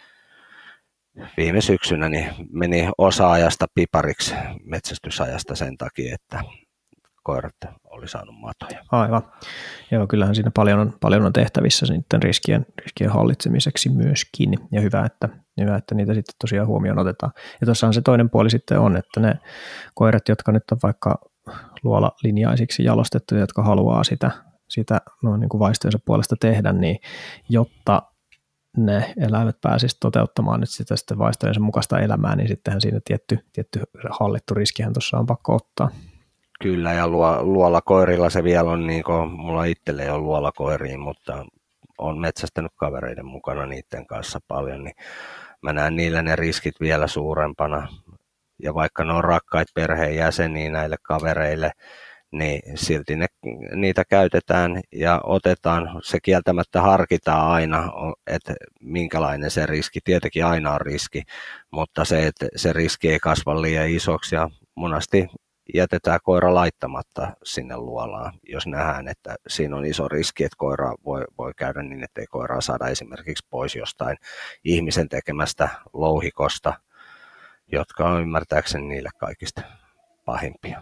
Viime syksynä niin meni osa ajasta pipariksi metsästysajasta sen takia, että koirat oli saanut matoja. Aivan. Joo, kyllähän siinä paljon on, paljon on tehtävissä sitten riskien, riskien hallitsemiseksi myöskin. Ja hyvä että, hyvä, että niitä sitten tosiaan huomioon otetaan. Ja tuossahan se toinen puoli sitten on, että ne koirat, jotka nyt on vaikka luolalinjaisiksi jalostettuja, jotka haluaa sitä, sitä no, niin kuin vaistojensa puolesta tehdä, niin jotta ne eläimet pääsisivät toteuttamaan nyt sitä sitten vaistojensa mukaista elämää, niin sittenhän siinä tietty, tietty hallittu riskihän tuossa on pakko ottaa. Kyllä, ja luo, luolakoirilla se vielä on, niin kuin, mulla itselle ei ole luolakoiria, mutta olen metsästänyt kavereiden mukana niiden kanssa paljon, niin mä näen niillä ne riskit vielä suurempana. Ja vaikka ne on rakkaita perheenjäseniä näille kavereille, niin silti ne, niitä käytetään ja otetaan. Se kieltämättä harkitaan aina, että minkälainen se riski, tietenkin aina on riski, mutta se, että se riski ei kasva liian isoksi ja monasti jätetään koira laittamatta sinne luolaan, jos nähdään, että siinä on iso riski, että koira voi, voi käydä niin, että ei koiraa saada esimerkiksi pois jostain ihmisen tekemästä louhikosta, jotka on ymmärtääkseni niille kaikista pahimpia.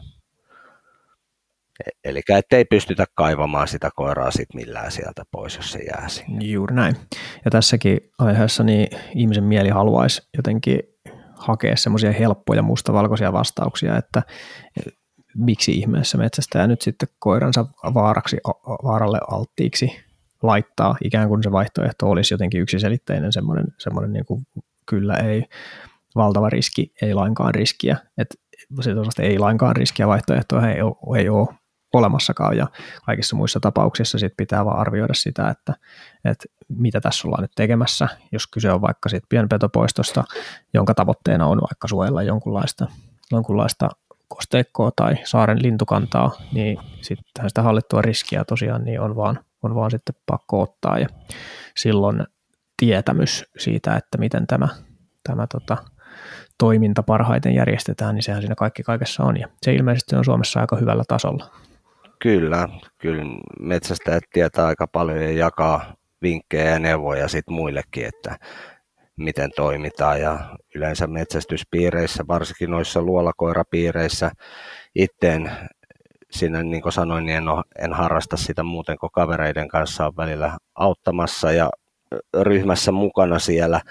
Eli ettei pystytä kaivamaan sitä koiraa sit millään sieltä pois, jos se jää sinne. Juuri näin. Ja tässäkin aiheessa niin ihmisen mieli haluaisi jotenkin hakea semmoisia helppoja mustavalkoisia vastauksia, että miksi ihmeessä metsästäjä nyt sitten koiransa vaaraksi, vaaralle alttiiksi laittaa, ikään kuin se vaihtoehto olisi jotenkin yksiselitteinen semmoinen, semmoinen niin kuin kyllä ei, valtava riski, ei lainkaan riskiä, että se ei lainkaan riskiä vaihtoehtoja ei ole, ei ole olemassakaan ja kaikissa muissa tapauksissa sit pitää vaan arvioida sitä, että, että mitä tässä ollaan nyt tekemässä, jos kyse on vaikka siitä pienpetopoistosta, jonka tavoitteena on vaikka suojella jonkunlaista, jonkunlaista kosteikkoa tai saaren lintukantaa, niin sitten sitä hallittua riskiä tosiaan niin on vaan, on vaan sitten pakko ottaa ja silloin tietämys siitä, että miten tämä, tämä tota, toiminta parhaiten järjestetään, niin sehän siinä kaikki kaikessa on ja se ilmeisesti on Suomessa aika hyvällä tasolla. Kyllä, kyllä metsästäjät tietää aika paljon ja jakaa vinkkejä ja neuvoja sit muillekin, että miten toimitaan ja yleensä metsästyspiireissä, varsinkin noissa luolakoirapiireissä itse siinä niin kuin sanoin, niin en, ole, en harrasta sitä muuten kuin kavereiden kanssa on välillä auttamassa ja ryhmässä mukana siellä,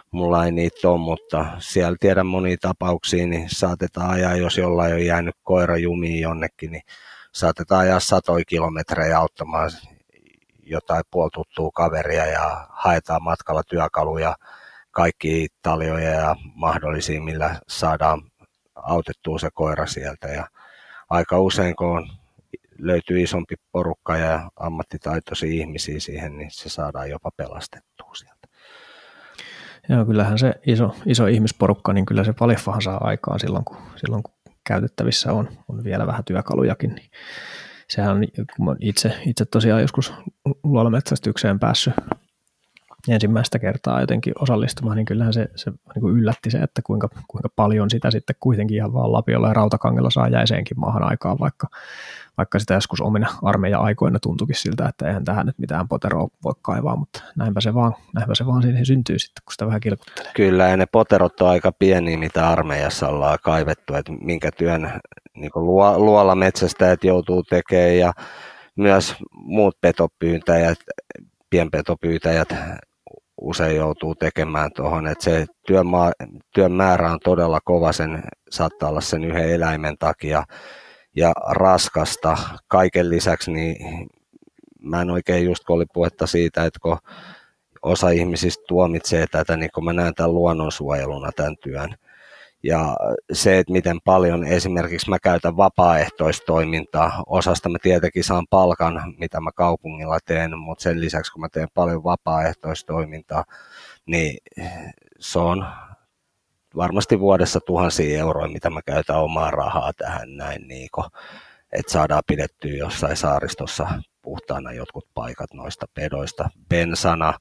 mulla ei niitä ole, mutta siellä tiedän monia tapauksia, niin saatetaan ajaa, jos jollain on jäänyt koira jumiin jonnekin, niin saatetaan ajaa satoja kilometrejä auttamaan jotain puoltuttua kaveria ja haetaan matkalla työkaluja, kaikki taljoja ja mahdollisia, millä saadaan autettua se koira sieltä. Ja aika usein, kun on, löytyy isompi porukka ja ammattitaitoisia ihmisiä siihen, niin se saadaan jopa pelastettua sieltä. Joo, kyllähän se iso, iso ihmisporukka, niin kyllä se paljonhan saa aikaan silloin, kun, silloin, kun käytettävissä on, on vielä vähän työkalujakin. Niin sehän on, kun itse, itse tosiaan joskus luolametsästykseen päässyt ensimmäistä kertaa jotenkin osallistumaan, niin kyllähän se, se niin kuin yllätti se, että kuinka, kuinka paljon sitä sitten kuitenkin ihan vaan lapiolla ja rautakangella saa jäiseenkin maahan aikaan, vaikka, vaikka sitä joskus omina armeija-aikoina tuntuikin siltä, että eihän tähän nyt mitään poteroa voi kaivaa, mutta näinpä se vaan, näinpä se vaan siihen syntyy sitten, kun sitä vähän kilkuttelee. Kyllä, ja ne poterot on aika pieniä, mitä armeijassa ollaan kaivettu, että minkä työn niin kuin luolametsästäjät joutuu tekemään, ja myös muut petopyytäjät, pienpetopyytäjät usein joutuu tekemään tuohon, että se työmaa, työn määrä on todella kova, sen saattaa olla sen yhden eläimen takia ja raskasta. Kaiken lisäksi niin mä en oikein just kun oli puhetta siitä, että kun osa ihmisistä tuomitsee tätä, niin kun mä näen tämän luonnonsuojeluna tämän työn. Ja se, että miten paljon esimerkiksi mä käytän vapaaehtoistoimintaa, osasta mä tietenkin saan palkan, mitä mä kaupungilla teen, mutta sen lisäksi kun mä teen paljon vapaaehtoistoimintaa, niin se on varmasti vuodessa tuhansia euroja, mitä mä käytän omaa rahaa tähän näin, niin kun, että saadaan pidettyä jossain saaristossa puhtaana jotkut paikat noista pedoista, bensana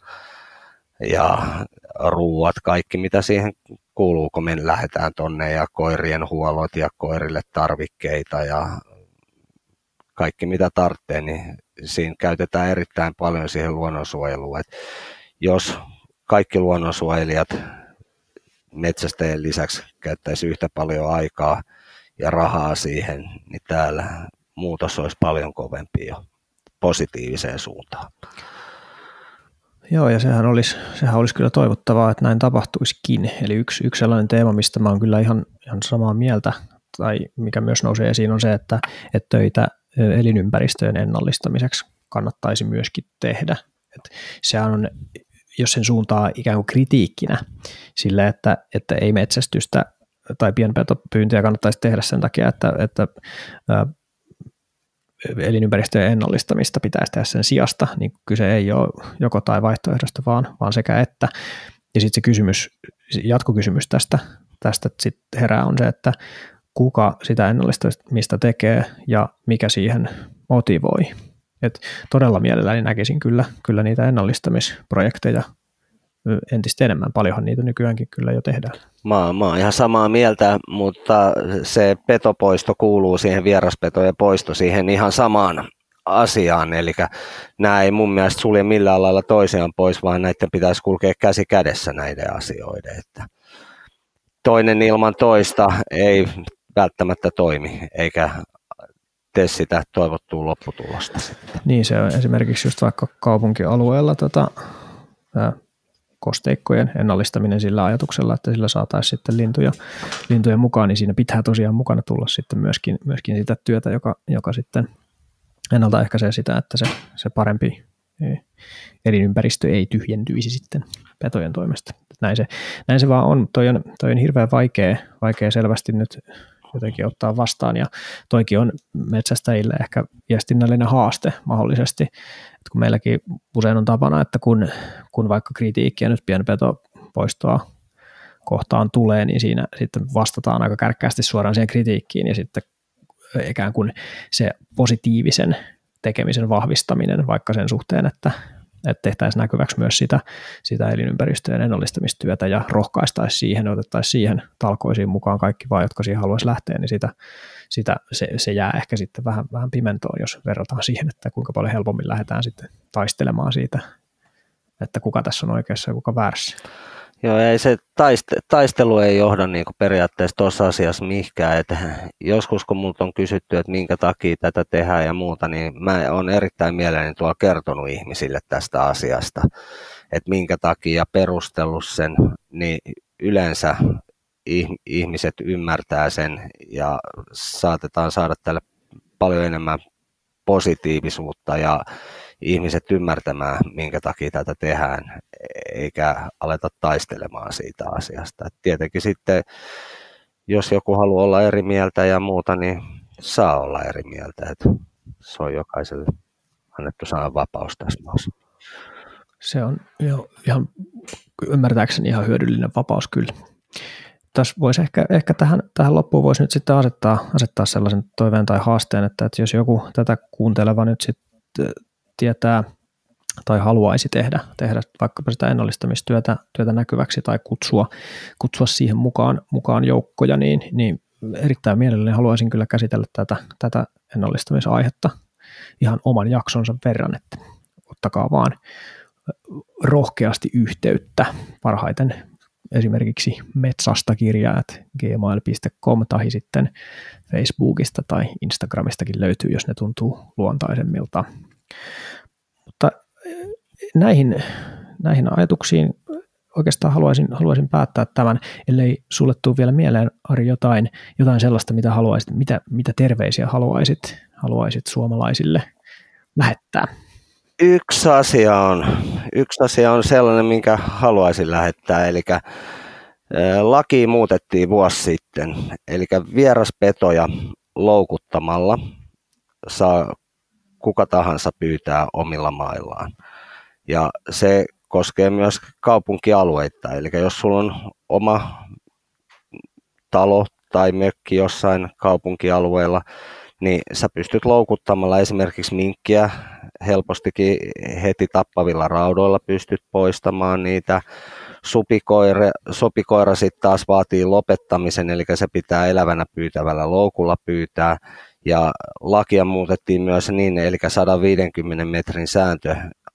ja ruuat, kaikki mitä siihen kuuluu, kun me lähdetään tonne, ja koirien huollot ja koirille tarvikkeita ja kaikki mitä tarvitsee, niin siinä käytetään erittäin paljon siihen luonnonsuojeluun. Et jos kaikki luonnonsuojelijat metsästäjien lisäksi käyttäisi yhtä paljon aikaa ja rahaa siihen, niin täällä muutos olisi paljon kovempi jo positiiviseen suuntaan. Joo, ja sehän olisi, sehän olisi kyllä toivottavaa, että näin tapahtuisikin. Eli yksi, yksi sellainen teema, mistä mä oon kyllä ihan, ihan samaa mieltä, tai mikä myös nousee esiin, on se, että, että töitä elinympäristöjen ennallistamiseksi kannattaisi myöskin tehdä. Että sehän on, jos sen suuntaa ikään kuin kritiikkinä sille, että, että ei metsästystä tai pienpetopyyntiä kannattaisi tehdä sen takia, että, että elinympäristöjen ennallistamista pitäisi tehdä sen sijasta, niin kyse ei ole joko tai vaihtoehdosta, vaan, vaan sekä että. Ja sitten se kysymys, jatkokysymys tästä, tästä sit herää on se, että kuka sitä ennallistamista tekee ja mikä siihen motivoi. Et todella mielelläni näkisin kyllä, kyllä niitä ennallistamisprojekteja entistä enemmän. Paljonhan niitä nykyäänkin kyllä jo tehdään. Mä, mä oon ihan samaa mieltä, mutta se petopoisto kuuluu siihen, vieraspetojen poisto siihen ihan samaan asiaan. Eli nämä ei mun mielestä sulje millään lailla toisiaan pois, vaan näiden pitäisi kulkea käsi kädessä näiden asioiden. Että toinen ilman toista ei välttämättä toimi, eikä tee sitä toivottua lopputulosta. Niin, se on esimerkiksi just vaikka kaupunkialueella tota, kosteikkojen ennallistaminen sillä ajatuksella, että sillä saataisiin sitten lintuja, lintuja mukaan, niin siinä pitää tosiaan mukana tulla sitten myöskin, myöskin sitä työtä, joka, joka sitten ennaltaehkäisee sitä, että se, se parempi elinympäristö ei tyhjentyisi sitten petojen toimesta. Näin se, näin se vaan on. Toi on, toi on hirveän vaikea, vaikea selvästi nyt jotenkin ottaa vastaan, ja toikin on metsästäjille ehkä viestinnällinen haaste mahdollisesti, että kun meilläkin usein on tapana, että kun, kun vaikka kritiikkiä nyt pienpetopoistoa kohtaan tulee, niin siinä sitten vastataan aika kärkkäästi suoraan siihen kritiikkiin, ja sitten ikään kuin se positiivisen tekemisen vahvistaminen vaikka sen suhteen, että, että tehtäisiin näkyväksi myös sitä, sitä elinympäristöjen ennallistamistyötä ja rohkaistaisiin siihen, otettaisiin siihen talkoisiin mukaan kaikki vaan, jotka siihen haluaisi lähteä, niin sitä, sitä, se, se jää ehkä sitten vähän, vähän pimentoon, jos verrataan siihen, että kuinka paljon helpommin lähdetään sitten taistelemaan siitä, että kuka tässä on oikeassa ja kuka väärässä. Joo, ei se taiste- taistelu ei johda niinku periaatteessa tuossa asiassa mihinkään. Et joskus kun multa on kysytty, että minkä takia tätä tehdään ja muuta, niin mä oon erittäin mielelläni tuolla kertonut ihmisille tästä asiasta. että minkä takia perustellut sen, niin yleensä ihmiset ymmärtää sen ja saatetaan saada tälle paljon enemmän positiivisuutta ja ihmiset ymmärtämään, minkä takia tätä tehdään, eikä aleta taistelemaan siitä asiasta. Et tietenkin sitten, jos joku haluaa olla eri mieltä ja muuta, niin saa olla eri mieltä. Et se on jokaiselle annettu saada vapaus tässä maassa. Se on jo ihan ymmärtääkseni ihan hyödyllinen vapaus kyllä. Tässä voisi ehkä, ehkä tähän, tähän loppuun voisi nyt sitten asettaa, asettaa sellaisen toiveen tai haasteen, että, että jos joku tätä kuunteleva nyt sitten tietää tai haluaisi tehdä, tehdä vaikkapa sitä ennallistamistyötä työtä näkyväksi tai kutsua, kutsua siihen mukaan, mukaan joukkoja, niin, niin erittäin mielelläni haluaisin kyllä käsitellä tätä, tätä ennallistamisaihetta ihan oman jaksonsa verran, että ottakaa vaan rohkeasti yhteyttä parhaiten esimerkiksi metsastakirja at gmail piste com tai sitten Facebookista tai Instagramistakin löytyy, jos ne tuntuu luontaisemmilta. Mutta näihin, näihin ajatuksiin oikeastaan haluaisin, haluaisin päättää tämän, ellei sulle tule vielä mieleen, Ari, jotain, jotain sellaista, mitä haluaisit, mitä, mitä terveisiä haluaisit, haluaisit suomalaisille lähettää. Yksi asia on, yksi asia on sellainen, minkä haluaisin lähettää, eli laki muutettiin vuosi sitten, eli vieraspetoja loukuttamalla saa kuka tahansa pyytää omilla maillaan. Ja se koskee myös kaupunkialueita, eli jos sulla on oma talo tai mökki jossain kaupunkialueella, niin sä pystyt loukuttamalla esimerkiksi minkkiä helpostikin heti tappavilla raudoilla pystyt poistamaan niitä. Supikoira, supikoira sitten taas vaatii lopettamisen, eli se pitää elävänä pyytävällä loukulla pyytää. Ja lakia muutettiin myös niin, eli sata viisikymmentä metrin sääntö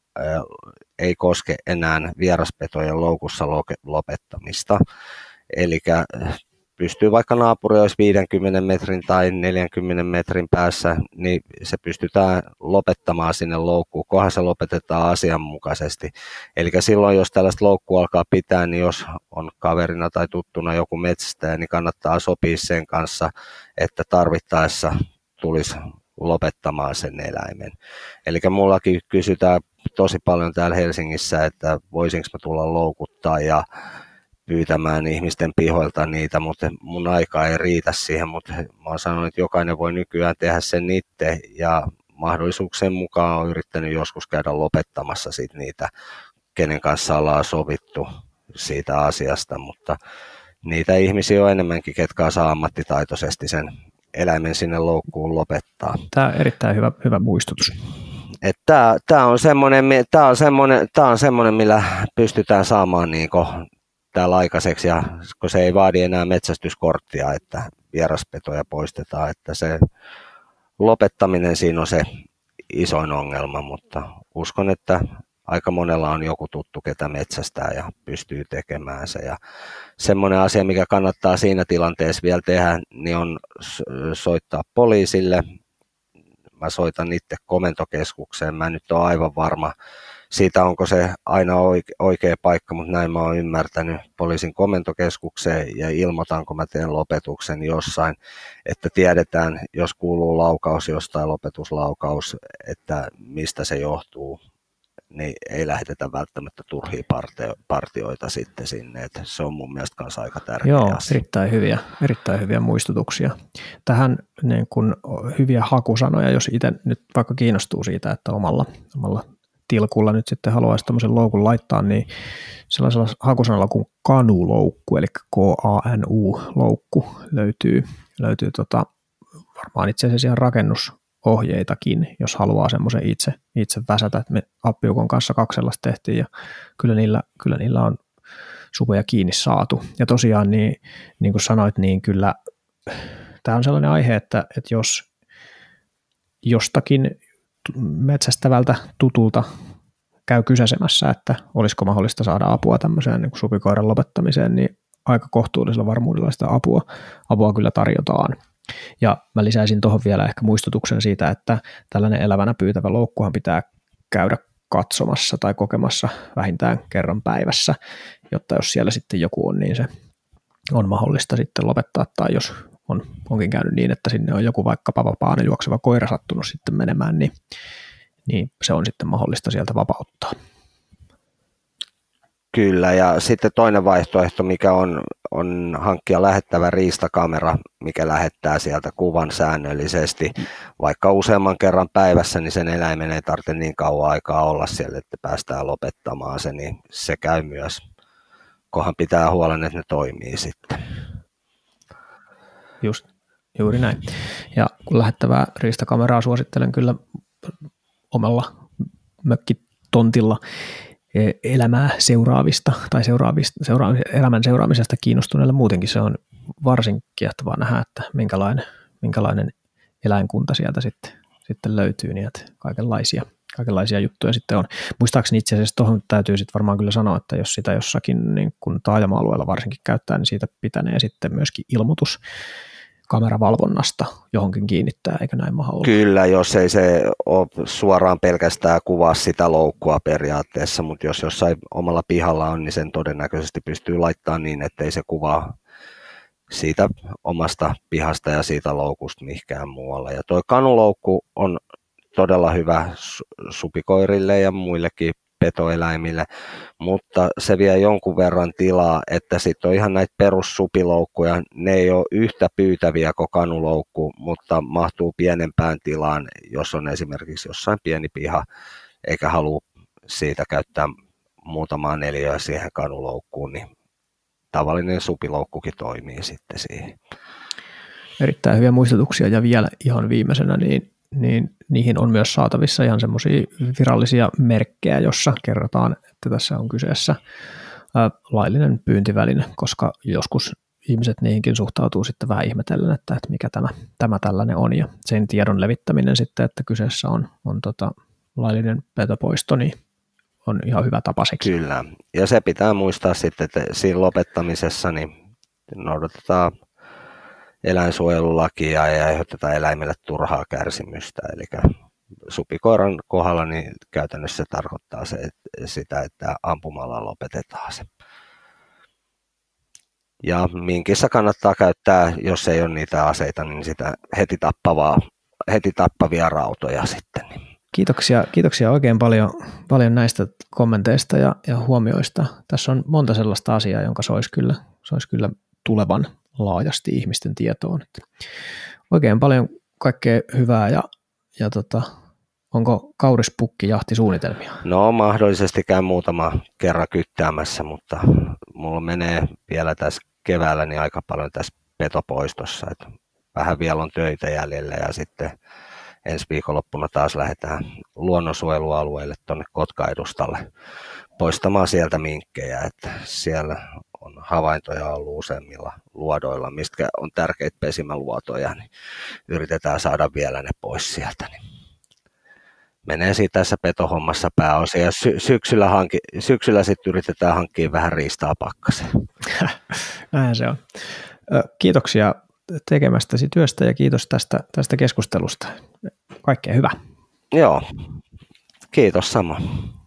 ei koske enää vieraspetojen loukussa lopettamista. Eli pystyy vaikka naapuri olisi viidenkymmenen metrin tai neljänkymmenen metrin päässä, niin se pystytään lopettamaan sinne loukkuun, kunhan se lopetetaan asianmukaisesti. Eli silloin, jos tällaista loukkua alkaa pitää, niin jos on kaverina tai tuttuna joku metsästäjä, niin kannattaa sopia sen kanssa, että tarvittaessa tulisi lopettamaan sen eläimen. Eli mullakin kysytään tosi paljon täällä Helsingissä, että voisinko mä tulla loukuttaa ja pyytämään ihmisten pihoilta niitä, mutta mun aika ei riitä siihen, mutta mä oon sanonut, että jokainen voi nykyään tehdä sen itse ja mahdollisuuksien mukaan on yrittänyt joskus käydä lopettamassa sit niitä, kenen kanssa ollaan sovittu siitä asiasta, mutta niitä ihmisiä on enemmänkin, ketkä saa ammattitaitoisesti sen eläimen sinne loukkuun lopettaa. Tämä on erittäin hyvä, hyvä muistutus. Tämä, tämä on semmoinen, tämä on semmoinen, tämä on semmoinen, millä pystytään saamaan niin kuin täällä aikaiseksi, ja kun se ei vaadi enää metsästyskorttia, että vieraspetoja poistetaan, että se lopettaminen siinä on se isoin ongelma, mutta uskon, että aika monella on joku tuttu, ketä metsästää ja pystyy tekemään se. Ja semmoinen asia, mikä kannattaa siinä tilanteessa vielä tehdä, niin on soittaa poliisille. Mä soitan itse komentokeskukseen, mä en nyt ole aivan varma siitä, onko se aina oikea paikka, mutta näin mä oon ymmärtänyt poliisin komentokeskukseen ja ilmoitanko mä teen lopetuksen jossain, että tiedetään, jos kuuluu laukaus jostain, lopetuslaukaus, että mistä se johtuu, niin ei lähetetä välttämättä turhia partioita sitten sinne, että se on mun mielestä kanssa aika tärkeä Joo, asia. erittäin hyviä, erittäin hyviä muistutuksia. Tähän niin kun hyviä hakusanoja, jos itse nyt vaikka kiinnostuu siitä, että omalla, omalla tilkulla nyt sitten haluaisi tämmöisen loukun laittaa, niin sellaisella hakusanalla kuin kanuloukku, eli K A N U-loukku löytyy, löytyy tota, varmaan itse asiassa ihan rakennusohjeitakin, jos haluaa semmoisen itse, itse väsätä, että me Appiukon kanssa kaksi sellaista tehtiin, ja kyllä niillä, kyllä niillä on supoja kiinni saatu. Ja tosiaan, niin, niin kuin sanoit, niin kyllä tämä on sellainen aihe, että, että jos jostakin metsästävältä tutulta käy kysäsemässä, että olisiko mahdollista saada apua tämmöiseen niin kuin supikoiran lopettamiseen, niin aika kohtuullisella varmuudella sitä apua, apua kyllä tarjotaan. Ja mä lisäisin tuohon vielä ehkä muistutuksen siitä, että tällainen elävänä pyytävä loukkuhan pitää käydä katsomassa tai kokemassa vähintään kerran päivässä, jotta jos siellä sitten joku on, niin se on mahdollista sitten lopettaa, tai jos on, onkin käynyt niin, että sinne on joku vaikkapa vapaana juokseva koira sattunut sitten menemään, niin, niin se on sitten mahdollista sieltä vapauttaa. Kyllä, ja sitten toinen vaihtoehto, mikä on, on hankkia lähettävä riistakamera, mikä lähettää sieltä kuvan säännöllisesti, vaikka useamman kerran päivässä, niin sen eläimen ei tarvitse niin kauan aikaa olla siellä, että päästään lopettamaan se, niin se käy myös, kunhan pitää huolen, että ne toimii sitten. Just, juuri näin. Ja kun lähettävää riistakameraa suosittelen kyllä omalla mökkitontilla elämää seuraavista tai seuraavista, seura, elämän seuraamisesta kiinnostuneille muutenkin se on varsin kiehtovaa nähdä, että minkälainen, minkälainen eläinkunta sieltä sitten, sitten löytyy, niin että kaikenlaisia, kaikenlaisia juttuja sitten on. Muistaakseni itse asiassa tuohon täytyy sitten varmaan kyllä sanoa, että jos sitä jossakin niin kun taajama-alueella varsinkin käyttää, niin siitä pitänee sitten myöskin ilmoitus kameravalvonnasta johonkin kiinnittää, eikö näin maha olla? Kyllä, jos ei se ole suoraan pelkästään kuvaa sitä loukkua periaatteessa, mutta jos jossain omalla pihalla on, niin sen todennäköisesti pystyy laittamaan niin, ettei se kuvaa siitä omasta pihasta ja siitä loukusta mihinkään muualla. Ja tuo kanuloukku on todella hyvä supikoirille ja muillekin petoeläimille, mutta se vie jonkun verran tilaa, että sitten on ihan näitä perussupiloukkuja, ne ei ole yhtä pyytäviä kuin kanuloukku, mutta mahtuu pienempään tilaan, jos on esimerkiksi jossain pieni piha, eikä halua siitä käyttää muutamaa neliöä siihen kanuloukkuun, niin tavallinen supiloukkukin toimii sitten siihen. Erittäin hyviä muistutuksia, ja vielä ihan viimeisenä, niin niin niihin on myös saatavissa ihan semmoisia virallisia merkkejä, jossa kerrotaan, että tässä on kyseessä ää, laillinen pyyntiväline, koska joskus ihmiset niihinkin suhtautuu sitten vähän ihmetellen, että, että mikä tämä, tämä tällainen on, ja sen tiedon levittäminen sitten, että kyseessä on, on tota laillinen petopoisto, niin on ihan hyvä tapa seksi. Kyllä, ja se pitää muistaa sitten, että siinä lopettamisessa niin noudatetaan eläinsuojelulakia ja aiheutetaan eläimelle turhaa kärsimystä. Eli supikoiran kohdalla niin käytännössä se tarkoittaa se, että sitä, että ampumalla lopetetaan se. Ja minkissä kannattaa käyttää, jos ei ole niitä aseita, niin sitä heti, tappavaa, heti tappavia rautoja sitten. Kiitoksia, kiitoksia oikein paljon, paljon näistä kommenteista ja, ja huomioista. Tässä on monta sellaista asiaa, jonka se olisi kyllä, se olisi kyllä tulevan laajasti ihmisten tietoon. Oikein paljon kaikkea hyvää, ja, ja tota, onko kaurispukki-jahtisuunnitelmia? No mahdollisesti käyn muutama kerran kyttäämässä, mutta mulla menee vielä tässä keväällä niin aika paljon tässä petopoistossa. Että vähän vielä on töitä jäljellä, ja sitten ensi viikonloppuna taas lähdetään luonnonsuojelualueelle tuonne Kotka-edustalle poistamaan sieltä minkkejä, että siellä on havaintoja ollut useimmilla luodoilla, mistä on tärkeitä pesimäluotoja, niin yritetään saada vielä ne pois sieltä. Niin menee siitä tässä petohommassa pääosin, ja sy- syksyllä, hanki- syksyllä sitten yritetään hankkia vähän riistaa pakkaseen. Näin se on. Kiitoksia tekemästäsi työstä ja kiitos tästä, tästä keskustelusta. Kaikkea hyvää. Joo, kiitos samoin.